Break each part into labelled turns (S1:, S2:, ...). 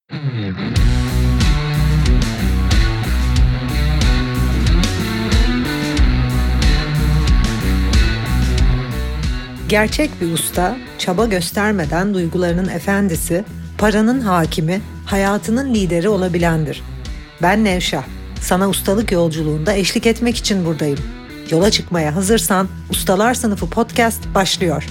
S1: Gerçek bir usta, çaba göstermeden duygularının efendisi, paranın hakimi, hayatının lideri olabilendir. Ben Nevşah, sana ustalık yolculuğunda eşlik etmek için buradayım. Yola çıkmaya hazırsan Ustalar Sınıfı Podcast başlıyor.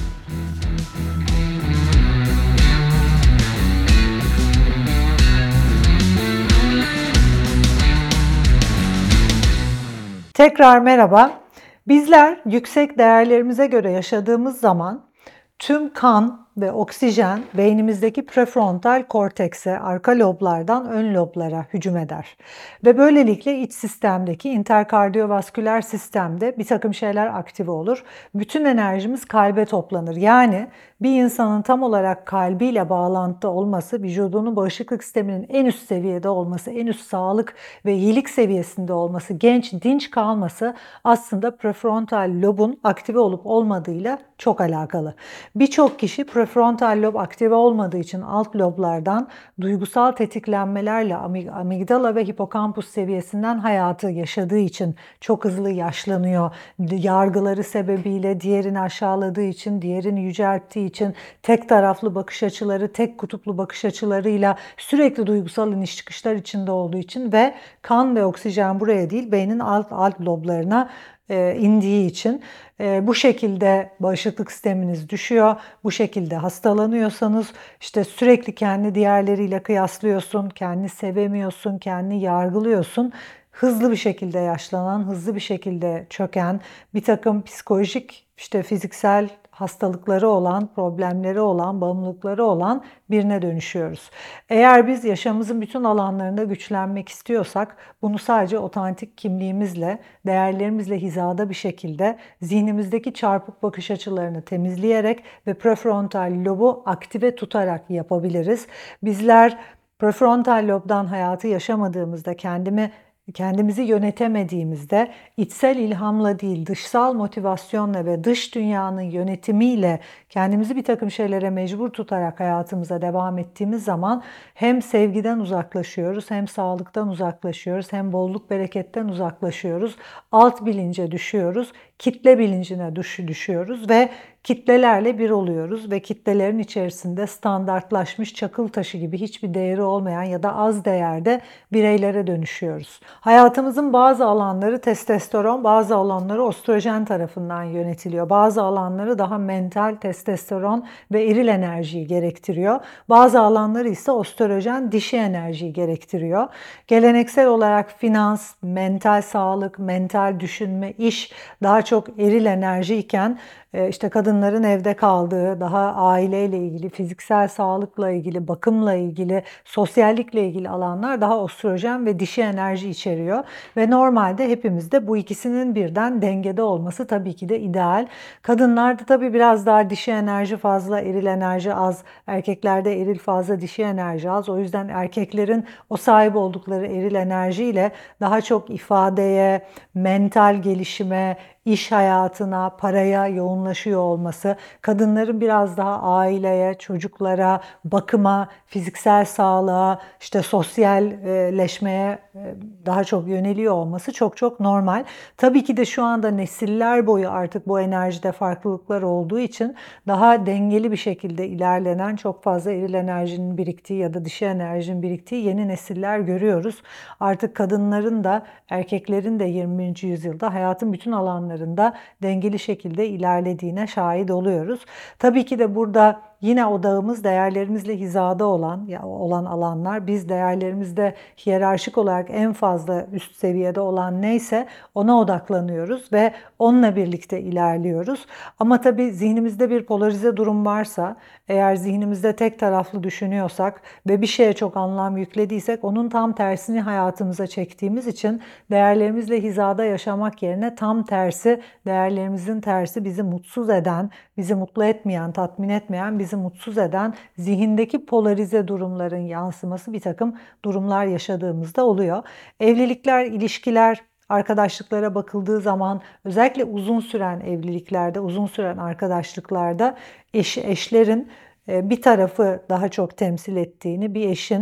S1: Tekrar merhaba. Bizler yüksek değerlerimize göre yaşadığımız zaman tüm kan ve oksijen beynimizdeki prefrontal kortekse, arka loblardan ön loblara hücum eder. Ve böylelikle iç sistemdeki interkardiyovasküler sistemde bir takım şeyler aktive olur. Bütün enerjimiz kalbe toplanır. Yani bir insanın tam olarak kalbiyle bağlantıda olması, vücudunun bağışıklık sisteminin en üst seviyede olması, en üst sağlık ve iyilik seviyesinde olması, genç, dinç kalması aslında prefrontal lobun aktive olup olmadığıyla çok alakalı. Birçok kişi prefrontal lob aktive olmadığı için alt loblardan duygusal tetiklenmelerle amigdala ve hipokampus seviyesinden hayatı yaşadığı için çok hızlı yaşlanıyor. Yargıları sebebiyle diğerini aşağıladığı için, diğerini yücelttiği için, tek taraflı bakış açıları, tek kutuplu bakış açılarıyla sürekli duygusal iniş çıkışlar içinde olduğu için ve kan ve oksijen buraya değil beynin alt loblarına indiği için bu şekilde bağışıklık sisteminiz düşüyor. Bu şekilde hastalanıyorsanız işte sürekli kendi diğerleriyle kıyaslıyorsun, kendini sevemiyorsun, kendini yargılıyorsun. Hızlı bir şekilde yaşlanan, hızlı bir şekilde çöken, bir takım psikolojik, işte fiziksel hastalıkları olan, problemleri olan, bağımlılıkları olan birine dönüşüyoruz. Eğer biz yaşamımızın bütün alanlarında güçlenmek istiyorsak bunu sadece otantik kimliğimizle, değerlerimizle hizada bir şekilde zihnimizdeki çarpık bakış açılarını temizleyerek ve prefrontal lobu aktive tutarak yapabiliriz. Bizler prefrontal lobdan hayatı yaşamadığımızda, kendimizi yönetemediğimizde içsel ilhamla değil dışsal motivasyonla ve dış dünyanın yönetimiyle kendimizi bir takım şeylere mecbur tutarak hayatımıza devam ettiğimiz zaman hem sevgiden uzaklaşıyoruz, hem sağlıktan uzaklaşıyoruz, hem bolluk bereketten uzaklaşıyoruz. Alt bilince düşüyoruz, kitle bilincine düşüyoruz ve kitlelerle bir oluyoruz ve kitlelerin içerisinde standartlaşmış çakıl taşı gibi hiçbir değeri olmayan ya da az değerde bireylere dönüşüyoruz. Hayatımızın bazı alanları testosteron, bazı alanları östrojen tarafından yönetiliyor. Bazı alanları daha mental testosteron ve eril enerjiyi gerektiriyor. Bazı alanları ise östrojen dişi enerjiyi gerektiriyor. Geleneksel olarak finans, mental sağlık, mental düşünme, iş daha çok eril enerji iken işte kadınların evde kaldığı, daha aileyle ilgili, fiziksel sağlıkla ilgili, bakımla ilgili, sosyallikle ilgili alanlar daha östrojen ve dişi enerji içeriyor. Ve normalde hepimizde bu ikisinin birden dengede olması tabii ki de ideal. Kadınlarda tabii biraz daha dişi enerji fazla, eril enerji az. Erkeklerde eril fazla, dişi enerji az. O yüzden erkeklerin o sahip oldukları eril enerjiyle daha çok ifadeye, mental gelişime, iş hayatına, paraya yoğunlaşıyor olması, kadınların biraz daha aileye, çocuklara, bakıma, fiziksel sağlığa, işte sosyalleşmeye daha çok yöneliyor olması çok çok normal. Tabii ki de şu anda nesiller boyu artık bu enerjide farklılıklar olduğu için daha dengeli bir şekilde ilerlenen, çok fazla eril enerjinin biriktiği ya da dişi enerjinin biriktiği yeni nesiller görüyoruz. Artık kadınların da erkeklerin de 20. yüzyılda hayatın bütün alanlarında dengeli şekilde ilerlediğine şahit oluyoruz. Tabii ki de burada yine odağımız değerlerimizle hizada olan alanlar. Biz değerlerimizde hiyerarşik olarak en fazla üst seviyede olan neyse ona odaklanıyoruz ve onunla birlikte ilerliyoruz. Ama tabii zihnimizde bir polarize durum varsa, eğer zihnimizde tek taraflı düşünüyorsak ve bir şeye çok anlam yüklediysek onun tam tersini hayatımıza çektiğimiz için değerlerimizle hizada yaşamak yerine tam tersi, değerlerimizin tersi bizi mutsuz eden, bizi mutlu etmeyen, tatmin etmeyen, bizi mutsuz eden zihindeki polarize durumların yansıması bir takım durumlar yaşadığımızda oluyor. Evlilikler, ilişkiler, arkadaşlıklara bakıldığı zaman özellikle uzun süren evliliklerde, uzun süren arkadaşlıklarda eşlerin bir tarafı daha çok temsil ettiğini, bir eşin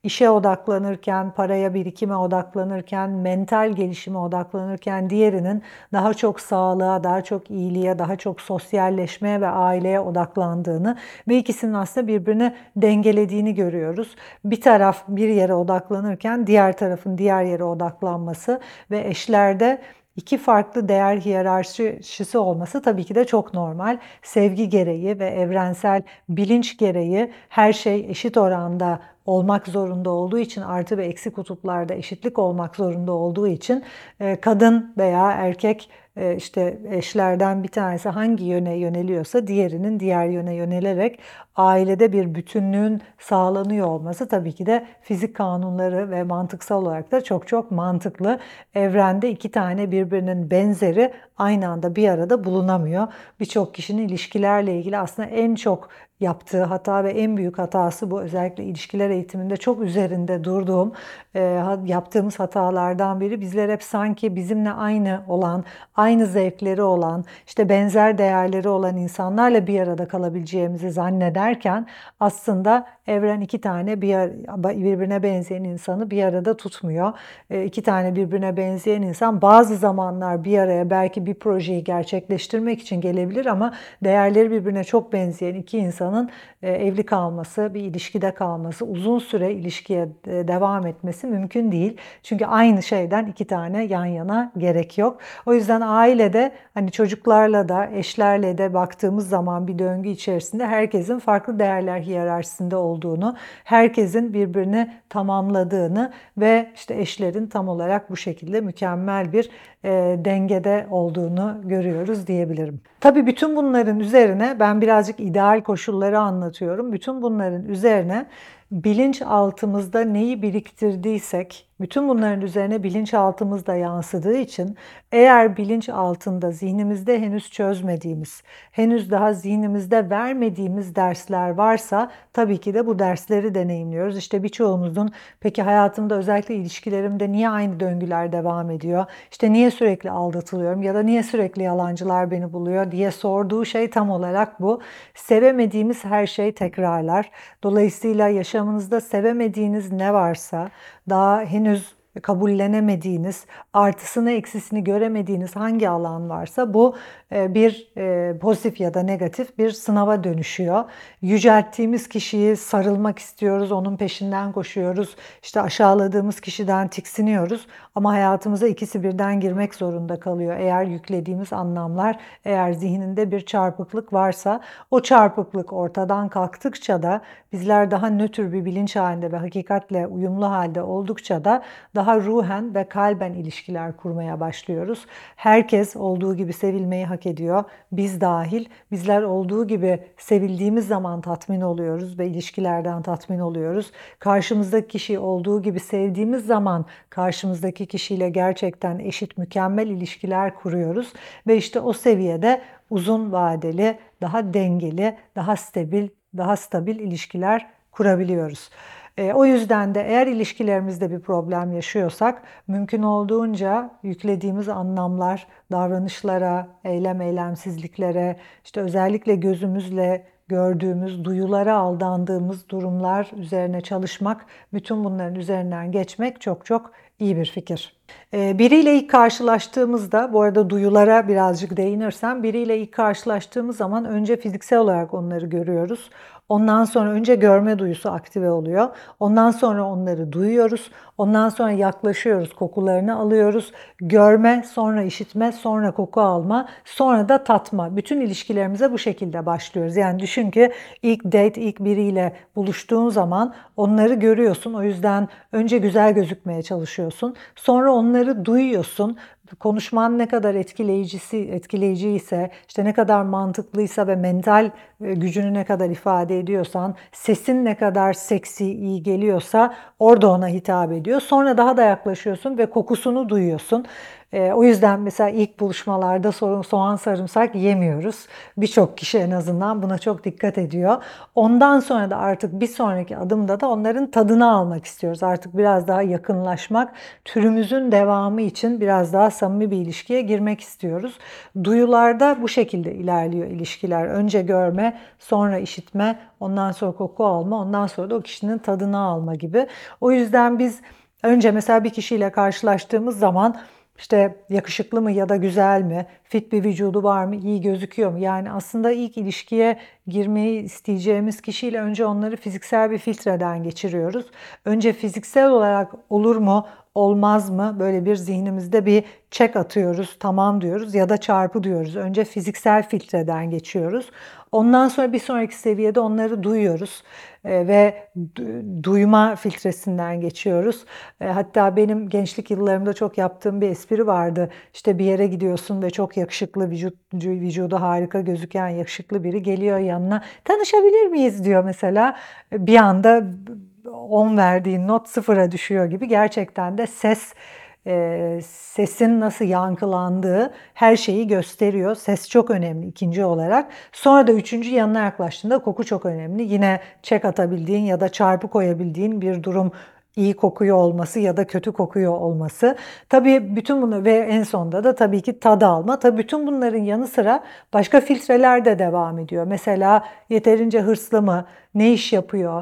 S1: işe odaklanırken, paraya, birikime odaklanırken, mental gelişime odaklanırken diğerinin daha çok sağlığa, daha çok iyiliğe, daha çok sosyalleşmeye ve aileye odaklandığını ve ikisinin aslında birbirini dengelediğini görüyoruz. Bir taraf bir yere odaklanırken diğer tarafın diğer yere odaklanması ve eşlerde iki farklı değer hiyerarşisi olması tabii ki de çok normal. Sevgi gereği ve evrensel bilinç gereği her şey eşit oranda olmak zorunda olduğu için, artı ve eksi kutuplarda eşitlik olmak zorunda olduğu için kadın veya erkek işte eşlerden bir tanesi hangi yöne yöneliyorsa diğerinin diğer yöne yönelerek ailede bir bütünlüğün sağlanıyor olması tabii ki de fizik kanunları ve mantıksal olarak da çok çok mantıklı. Evrende iki tane birbirinin benzeri aynı anda bir arada bulunamıyor. Birçok kişinin ilişkilerle ilgili aslında en çok yaptığı hata ve en büyük hatası bu. Özellikle ilişkiler eğitiminde çok üzerinde durduğum yaptığımız hatalardan biri. Bizler hep sanki bizimle aynı olan, aynı zevkleri olan, işte benzer değerleri olan insanlarla bir arada kalabileceğimizi zannederken aslında evren iki tane birbirine benzeyen insanı bir arada tutmuyor. İki tane birbirine benzeyen insan bazı zamanlar bir araya belki bir projeyi gerçekleştirmek için gelebilir ama değerleri birbirine çok benzeyen iki insanın evli kalması, bir ilişkide kalması, uzun süre ilişkiye devam etmesi mümkün değil. Çünkü aynı şeyden iki tane yan yana gerek yok. O yüzden ailede hani çocuklarla da eşlerle de baktığımız zaman bir döngü içerisinde herkesin farklı değerler hiyerarşisinde olduğunu, herkesin birbirini tamamladığını ve işte eşlerin tam olarak bu şekilde mükemmel bir dengede olduğunu görüyoruz diyebilirim. Tabii bütün bunların üzerine ben birazcık ideal koşulları anlatıyorum. Bütün bunların üzerine bilinçaltımızda neyi biriktirdiysek, bütün bunların üzerine bilinçaltımızda yansıdığı için eğer bilinç altında zihnimizde henüz çözmediğimiz, henüz daha zihnimizde vermediğimiz dersler varsa tabii ki de bu dersleri deneyimliyoruz. İşte birçoğumuzun peki hayatımda özellikle ilişkilerimde niye aynı döngüler devam ediyor? İşte niye sürekli aldatılıyorum ya da niye sürekli yalancılar beni buluyor diye sorduğu şey tam olarak bu. Sevemediğimiz her şey tekrarlar. Dolayısıyla yaşamınızda sevemediğiniz ne varsa, daha henüz kabullenemediğiniz, artısını eksisini göremediğiniz hangi alan varsa bu bir pozitif ya da negatif bir sınava dönüşüyor. Yücelttiğimiz kişiyi sarılmak istiyoruz, onun peşinden koşuyoruz. İşte aşağıladığımız kişiden tiksiniyoruz ama hayatımıza ikisi birden girmek zorunda kalıyor. Eğer yüklediğimiz anlamlar, eğer zihninde bir çarpıklık varsa o çarpıklık ortadan kalktıkça da bizler daha nötr bir bilinç halinde ve hakikatle uyumlu halde oldukça da daha ruhen ve kalben ilişkiler kurmaya başlıyoruz. Herkes olduğu gibi sevilmeyi hak ediyor. Biz dahil. Bizler olduğu gibi sevildiğimiz zaman tatmin oluyoruz ve ilişkilerden tatmin oluyoruz. Karşımızdaki kişiyi olduğu gibi sevdiğimiz zaman karşımızdaki kişiyle gerçekten eşit, mükemmel ilişkiler kuruyoruz ve işte o seviyede uzun vadeli, daha dengeli, daha stabil ilişkiler kurabiliyoruz. O yüzden de eğer ilişkilerimizde bir problem yaşıyorsak mümkün olduğunca yüklediğimiz anlamlar, davranışlara, eylemsizliklere, işte özellikle gözümüzle gördüğümüz, duyulara aldandığımız durumlar üzerine çalışmak, bütün bunların üzerinden geçmek çok çok iyi bir fikir. Biriyle ilk karşılaştığımızda, bu arada duyulara birazcık değinirsem, biriyle ilk karşılaştığımız zaman önce fiziksel olarak onları görüyoruz. Ondan sonra önce görme duyusu aktive oluyor. Ondan sonra onları duyuyoruz. Ondan sonra yaklaşıyoruz, kokularını alıyoruz. Görme, sonra işitme, sonra koku alma, sonra da tatma. Bütün ilişkilerimize bu şekilde başlıyoruz. Yani düşün ki ilk date, ilk biriyle buluştuğun zaman onları görüyorsun. O yüzden önce güzel gözükmeye çalışıyorsun. Sonra onları duyuyorsun. Konuşman ne kadar etkileyici ise, işte ne kadar mantıklıysa ve mental gücünü ne kadar ifade ediyorsan, sesin ne kadar seksi, iyi geliyorsa orada ona hitap ediyor. Sonra daha da yaklaşıyorsun ve kokusunu duyuyorsun. O yüzden mesela ilk buluşmalarda soğan sarımsak yemiyoruz. Birçok kişi en azından buna çok dikkat ediyor. Ondan sonra da artık bir sonraki adımda da onların tadını almak istiyoruz. Artık biraz daha yakınlaşmak, türümüzün devamı için biraz daha samimi bir ilişkiye girmek istiyoruz. Duyularda bu şekilde ilerliyor ilişkiler. Önce görme, sonra işitme, ondan sonra koku alma, ondan sonra da o kişinin tadını alma gibi. O yüzden biz önce mesela bir kişiyle karşılaştığımız zaman işte yakışıklı mı ya da güzel mi, fit bir vücudu var mı, iyi gözüküyor mu? Yani aslında ilk ilişkiye girmeyi isteyeceğimiz kişiyle önce onları fiziksel bir filtreden geçiriyoruz. Önce fiziksel olarak olur mu, olmaz mı? Böyle bir zihnimizde bir check atıyoruz, tamam diyoruz ya da çarpı diyoruz. Önce fiziksel filtreden geçiyoruz. Ondan sonra bir sonraki seviyede onları duyuyoruz ve duyma filtresinden geçiyoruz. Hatta benim gençlik yıllarımda çok yaptığım bir espri vardı. İşte bir yere gidiyorsun ve çok yakışıklı, vücudu harika gözüken yakışıklı biri geliyor yanına. Tanışabilir miyiz diyor mesela. Bir anda 10 verdiğin not sıfıra düşüyor gibi. Gerçekten de sesin nasıl yankılandığı her şeyi gösteriyor. Ses çok önemli ikinci olarak. Sonra da üçüncü, yanına yaklaştığında koku çok önemli. Yine çek atabildiğin ya da çarpı koyabildiğin bir durum, iyi kokuyor olması ya da kötü kokuyor olması. Tabii bütün bunu ve en sonunda da tabii ki tad alma. Tabii bütün bunların yanı sıra başka filtreler de devam ediyor. Mesela yeterince hırslı mı? Ne iş yapıyor?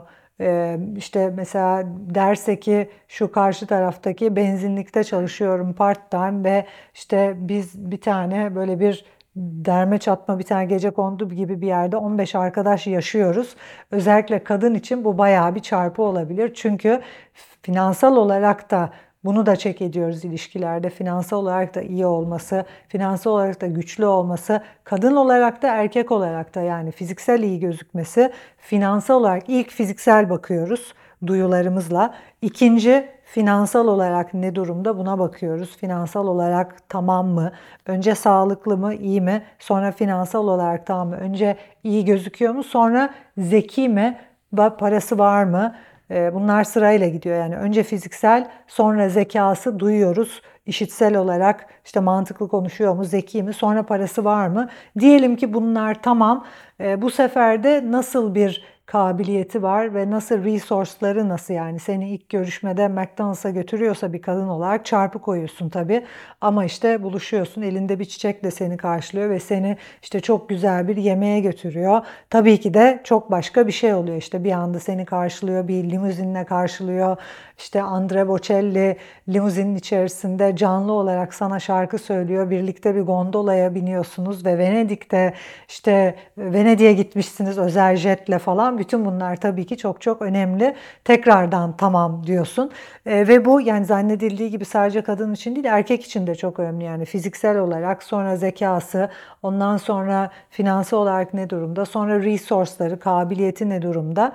S1: İşte mesela derse ki şu karşı taraftaki benzinlikte çalışıyorum part time ve işte biz bir tane böyle bir derme çatma bir tane gecekondu gibi bir yerde 15 arkadaş yaşıyoruz. Özellikle kadın için bu bayağı bir çarpı olabilir. Çünkü finansal olarak da bunu da check ediyoruz ilişkilerde. Finansal olarak da iyi olması, finansal olarak da güçlü olması, kadın olarak da erkek olarak da yani fiziksel iyi gözükmesi, finansal olarak ilk fiziksel bakıyoruz duyularımızla. İkinci finansal olarak ne durumda buna bakıyoruz. Finansal olarak tamam mı? Önce sağlıklı mı, iyi mi? Sonra finansal olarak tamam mı? Önce iyi gözüküyor mu? Sonra zeki mi? Parası var mı? Bunlar sırayla gidiyor. Yani önce fiziksel, sonra zekası duyuyoruz. İşitsel olarak işte mantıklı konuşuyor mu, zeki mi, sonra parası var mı? Diyelim ki bunlar tamam. Bu sefer de nasıl bir kabiliyeti var ve nasıl resource'ları nasıl, yani seni ilk görüşmede McDonald's'a götürüyorsa bir kadın olarak çarpı koyuyorsun tabii. Ama işte buluşuyorsun, elinde bir çiçekle seni karşılıyor ve seni işte çok güzel bir yemeğe götürüyor. Tabii ki de çok başka bir şey oluyor. İşte bir anda seni karşılıyor, bir limuzinle karşılıyor. İşte Andrea Bocelli limuzinin içerisinde canlı olarak sana şarkı söylüyor. Birlikte bir gondolaya biniyorsunuz ve Venedik'te işte Venedik'e gitmişsiniz özel jetle falan. Bütün bunlar tabii ki çok çok önemli. Tekrardan tamam diyorsun. Ve bu yani zannedildiği gibi sadece kadın için değil, erkek için de çok önemli. Yani fiziksel olarak, sonra zekası, ondan sonra finansal olarak ne durumda, sonra resource'ları, kabiliyeti ne durumda.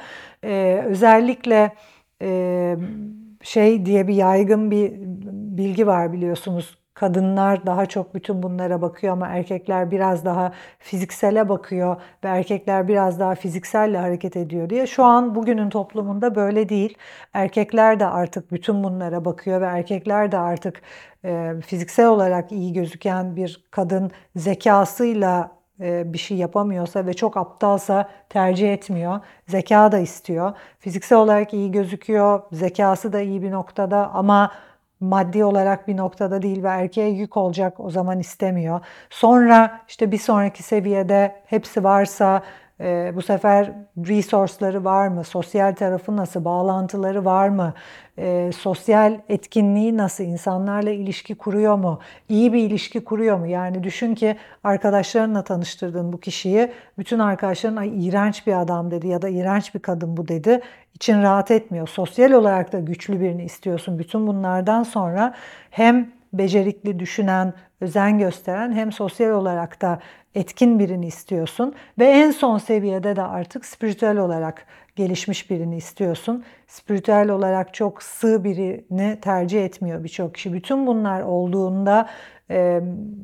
S1: Özellikle e, şey diye bir yaygın bir bilgi var biliyorsunuz. Kadınlar daha çok bütün bunlara bakıyor ama erkekler biraz daha fiziksele bakıyor ve erkekler biraz daha fizikselle hareket ediyor diye. Şu an bugünün toplumunda böyle değil. Erkekler de artık bütün bunlara bakıyor ve erkekler de artık fiziksel olarak iyi gözüken bir kadın zekasıyla bir şey yapamıyorsa ve çok aptalsa tercih etmiyor. Zeka da istiyor. Fiziksel olarak iyi gözüküyor. Zekası da iyi bir noktada ama maddi olarak bir noktada değil ve erkeğe yük olacak, o zaman istemiyor. Sonra işte bir sonraki seviyede hepsi varsa bu sefer resource'ları var mı? Sosyal tarafı nasıl? Bağlantıları var mı? Sosyal etkinliği nasıl? İnsanlarla ilişki kuruyor mu? İyi bir ilişki kuruyor mu? Yani düşün ki arkadaşlarınla tanıştırdın bu kişiyi. Bütün arkadaşların ay iğrenç bir adam dedi ya da iğrenç bir kadın bu dedi. İçin rahat etmiyor. Sosyal olarak da güçlü birini istiyorsun. Bütün bunlardan sonra hem becerikli, düşünen, özen gösteren hem sosyal olarak da etkin birini istiyorsun ve en son seviyede de artık spiritüel olarak gelişmiş birini istiyorsun. Spiritüel olarak çok sığ birini tercih etmiyor birçok kişi. Bütün bunlar olduğunda e,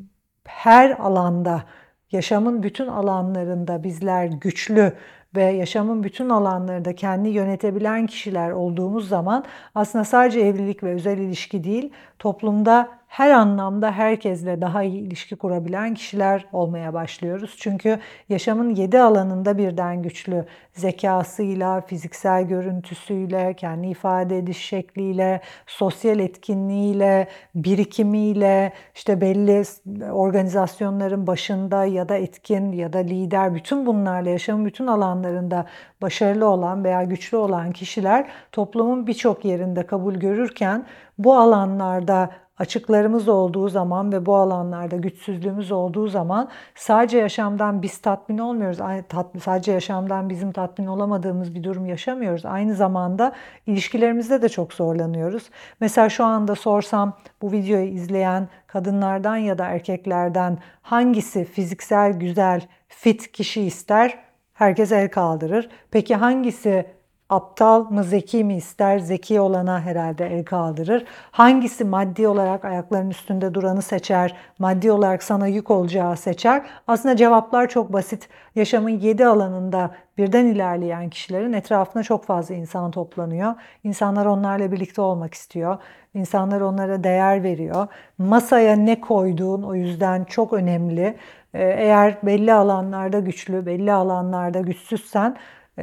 S1: her alanda, yaşamın bütün alanlarında bizler güçlü ve yaşamın bütün alanlarında kendi yönetebilen kişiler olduğumuz zaman aslında sadece evlilik ve özel ilişki değil, toplumda her anlamda herkesle daha iyi ilişki kurabilen kişiler olmaya başlıyoruz. Çünkü yaşamın 7 alanında birden güçlü. Zekasıyla, fiziksel görüntüsüyle, kendi ifade ediş şekliyle, sosyal etkinliğiyle, birikimiyle, işte belli organizasyonların başında ya da etkin ya da lider, bütün bunlarla yaşamın bütün alanlarında başarılı olan veya güçlü olan kişiler toplumun birçok yerinde kabul görürken bu alanlarda açıklarımız olduğu zaman ve bu alanlarda güçsüzlüğümüz olduğu zaman sadece yaşamdan biz tatmin olmuyoruz. Sadece yaşamdan bizim tatmin olamadığımız bir durum yaşamıyoruz. Aynı zamanda ilişkilerimizde de çok zorlanıyoruz. Mesela şu anda sorsam bu videoyu izleyen kadınlardan ya da erkeklerden hangisi fiziksel, güzel, fit kişi ister? Herkes el kaldırır. Peki hangisi aptal mı zeki mi ister? Zeki olana herhalde el kaldırır. Hangisi maddi olarak ayaklarının üstünde duranı seçer? Maddi olarak sana yük olacağı seçer. Aslında cevaplar çok basit. Yaşamın 7 alanında birden ilerleyen kişilerin etrafına çok fazla insan toplanıyor. İnsanlar onlarla birlikte olmak istiyor. İnsanlar onlara değer veriyor. Masaya ne koyduğun o yüzden çok önemli. Eğer belli alanlarda güçlü, belli alanlarda güçsüzsen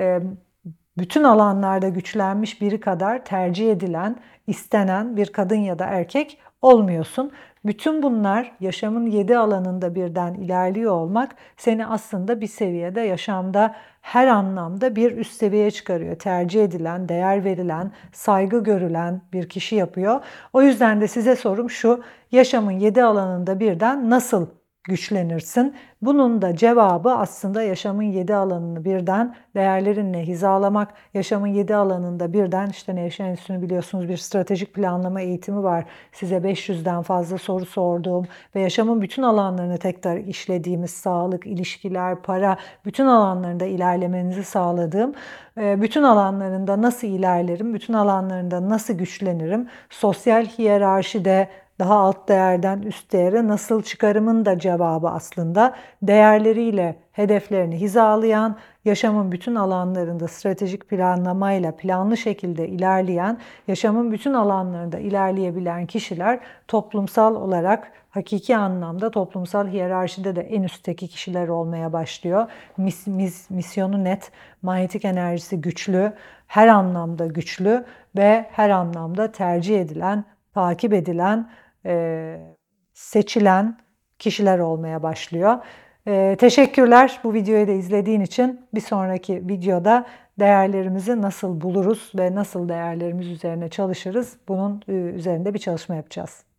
S1: bütün alanlarda güçlenmiş biri kadar tercih edilen, istenen bir kadın ya da erkek olmuyorsun. Bütün bunlar yaşamın 7 alanında birden ilerliyor olmak seni aslında bir seviyede yaşamda her anlamda bir üst seviyeye çıkarıyor. Tercih edilen, değer verilen, saygı görülen bir kişi yapıyor. O yüzden de size sorum şu: yaşamın 7 alanında birden nasıl güçlenirsin? Bunun da cevabı aslında yaşamın 7 alanını birden değerlerinle hizalamak, yaşamın 7 alanında birden işte Nevşehir Enstitüsü'nü biliyorsunuz bir stratejik planlama eğitimi var. Size 500'den fazla soru sorduğum ve yaşamın bütün alanlarını tekrar işlediğimiz sağlık, ilişkiler, para, bütün alanlarında ilerlemenizi sağladığım, bütün alanlarında nasıl ilerlerim, bütün alanlarında nasıl güçlenirim, sosyal hiyerarşide daha alt değerden üst değere nasıl çıkarımın da cevabı aslında değerleriyle hedeflerini hizalayan, yaşamın bütün alanlarında stratejik planlamayla planlı şekilde ilerleyen, yaşamın bütün alanlarında ilerleyebilen kişiler toplumsal olarak hakiki anlamda toplumsal hiyerarşide de en üstteki kişiler olmaya başlıyor. Misyonu net, manyetik enerjisi güçlü, her anlamda güçlü ve her anlamda tercih edilen, takip edilen, seçilen kişiler olmaya başlıyor. Teşekkürler bu videoyu da izlediğin için. Bir sonraki videoda değerlerimizi nasıl buluruz ve nasıl değerlerimiz üzerine çalışırız? Bunun üzerinde bir çalışma yapacağız.